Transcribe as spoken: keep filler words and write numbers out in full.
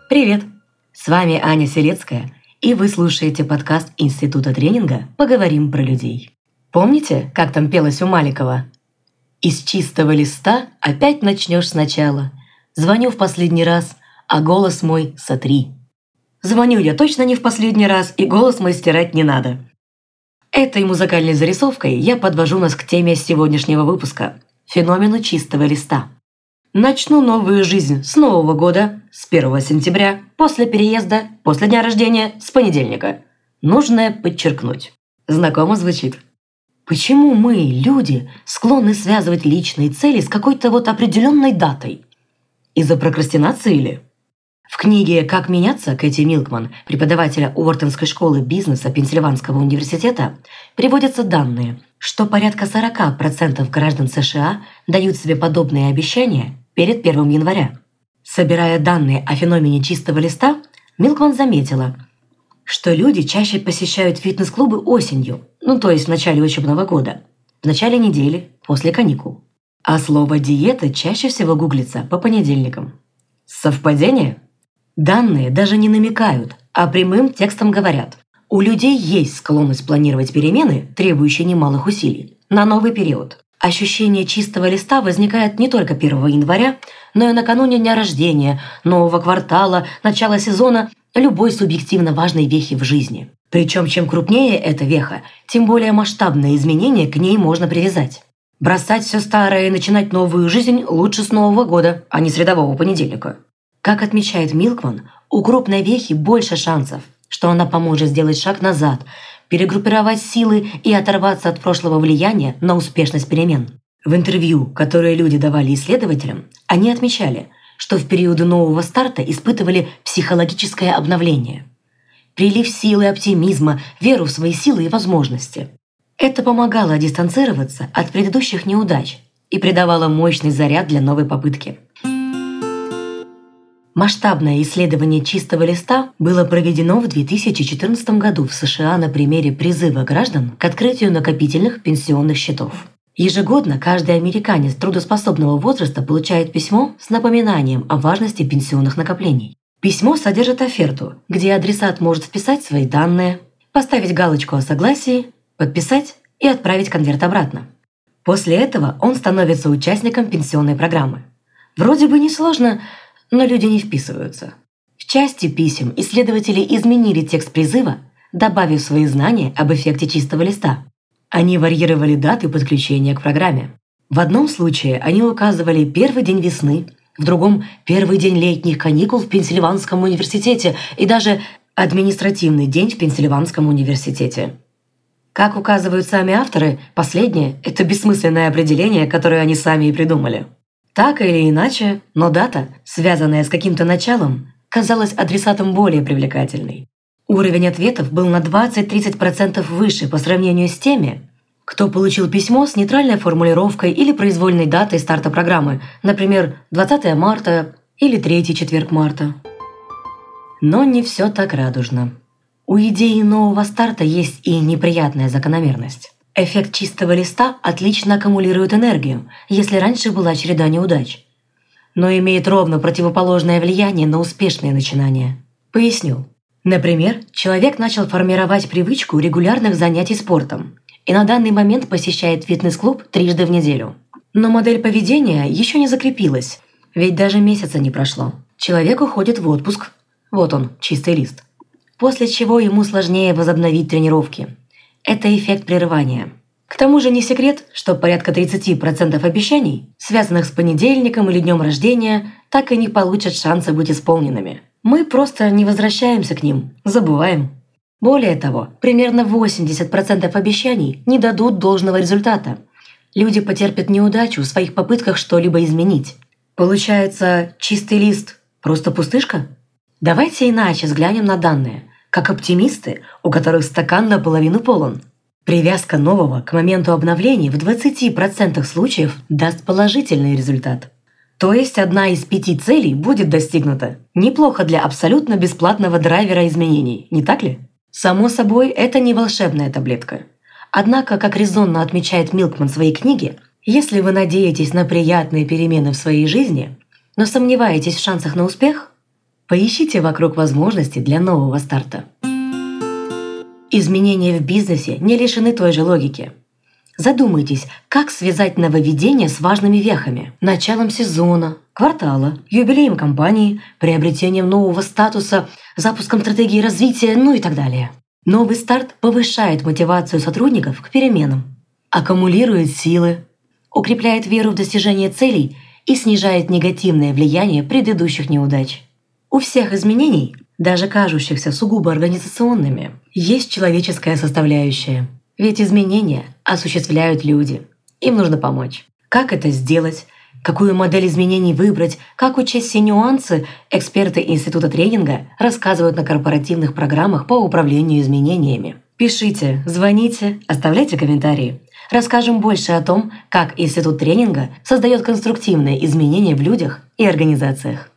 Привет! С вами Аня Селецкая, и вы слушаете подкаст Института тренинга «Поговорим про людей». Помните, как там пелось у Маликова? «Из чистого листа опять начнешь сначала. Звоню в последний раз, а голос мой сотри». Звоню я точно не в последний раз, и голос мой стирать не надо. Этой музыкальной зарисовкой я подвожу нас к теме сегодняшнего выпуска – феномену чистого листа. Начну новую жизнь с Нового года, с первого сентября, после переезда, после дня рождения, с понедельника. Нужно подчеркнуть. Знакомо звучит? Почему мы, люди, склонны связывать личные цели с какой-то вот определенной датой? Из-за прокрастинации или? В книге «Как меняться» Кэти Милкман, преподавателя Уортонской школы бизнеса Пенсильванского университета, приводятся данные, что порядка сорок процентов граждан США дают себе подобные обещания перед первого января. Собирая данные о феномене чистого листа, Милкман заметила, что люди чаще посещают фитнес-клубы осенью, ну то есть в начале учебного года, в начале недели, после каникул. А слово «диета» чаще всего гуглится по понедельникам. Совпадение? Данные даже не намекают, а прямым текстом говорят. У людей есть склонность планировать перемены, требующие немалых усилий, на новый период. Ощущение чистого листа возникает не только первого января, но и накануне дня рождения, нового квартала, начала сезона, любой субъективно важной вехи в жизни. Причем чем крупнее эта веха, тем более масштабные изменения к ней можно привязать. Бросать все старое и начинать новую жизнь лучше с Нового года, а не с рядового понедельника. Как отмечает Милкман, у крупной вехи больше шансов, что она поможет сделать шаг назад, перегруппировать силы и оторваться от прошлого влияния на успешность перемен. В интервью, которые люди давали исследователям, они отмечали, что в периоды нового старта испытывали психологическое обновление. Прилив силы, оптимизма, веру в свои силы и возможности. Это помогало дистанцироваться от предыдущих неудач и придавало мощный заряд для новой попытки. Масштабное исследование чистого листа было проведено в две тысячи четырнадцатом году в США на примере призыва граждан к открытию накопительных пенсионных счетов. Ежегодно каждый американец трудоспособного возраста получает письмо с напоминанием о важности пенсионных накоплений. Письмо содержит оферту, где адресат может вписать свои данные, поставить галочку о согласии, подписать и отправить конверт обратно. После этого он становится участником пенсионной программы. Вроде бы несложно, но люди не вписываются. В части писем исследователи изменили текст призыва, добавив свои знания об эффекте чистого листа. Они варьировали даты подключения к программе. В одном случае они указывали первый день весны, в другом – первый день летних каникул в Пенсильванском университете и даже административный день в Пенсильванском университете. Как указывают сами авторы, последнее – это бессмысленное определение, которое они сами и придумали. Так или иначе, но дата, связанная с каким-то началом, казалась адресатам более привлекательной. Уровень ответов был на двадцать-тридцать процентов выше по сравнению с теми, кто получил письмо с нейтральной формулировкой или произвольной датой старта программы, например, двадцатого марта или третий четверг марта. Но не все так радужно. У идеи нового старта есть и неприятная закономерность. Эффект чистого листа отлично аккумулирует энергию, если раньше была череда неудач, но имеет ровно противоположное влияние на успешные начинания. Поясню. Например, человек начал формировать привычку регулярных занятий спортом и на данный момент посещает фитнес-клуб трижды в неделю. Но модель поведения еще не закрепилась, ведь даже месяца не прошло. Человек уходит в отпуск, вот он, чистый лист, после чего ему сложнее возобновить тренировки. Это эффект прерывания. К тому же не секрет, что порядка тридцать процентов обещаний, связанных с понедельником или днем рождения, так и не получат шанса быть исполненными. Мы просто не возвращаемся к ним, забываем. Более того, примерно восемьдесят процентов обещаний не дадут должного результата. Люди потерпят неудачу в своих попытках что-либо изменить. Получается, чистый лист – просто пустышка? Давайте иначе взглянем на данные. Как оптимисты, у которых стакан наполовину полон. Привязка нового к моменту обновления в двадцати процентах случаев даст положительный результат. То есть одна из пяти целей будет достигнута. Неплохо для абсолютно бесплатного драйвера изменений, не так ли? Само собой, это не волшебная таблетка. Однако, как резонно отмечает Милкман в своей книге, если вы надеетесь на приятные перемены в своей жизни, но сомневаетесь в шансах на успех, Поищите вокруг возможностей для нового старта. Изменения в бизнесе не лишены той же логики. Задумайтесь, как связать нововведения с важными вехами, началом сезона, квартала, юбилеем компании, приобретением нового статуса, запуском стратегии развития, ну и так далее. Новый старт повышает мотивацию сотрудников к переменам, аккумулирует силы, укрепляет веру в достижение целей и снижает негативное влияние предыдущих неудач. У всех изменений, даже кажущихся сугубо организационными, есть человеческая составляющая. Ведь изменения осуществляют люди. Им нужно помочь. Как это сделать? Какую модель изменений выбрать? Как учесть все нюансы? Эксперты Института тренинга рассказывают на корпоративных программах по управлению изменениями. Пишите, звоните, оставляйте комментарии. Расскажем больше о том, как Институт тренинга создает конструктивные изменения в людях и организациях.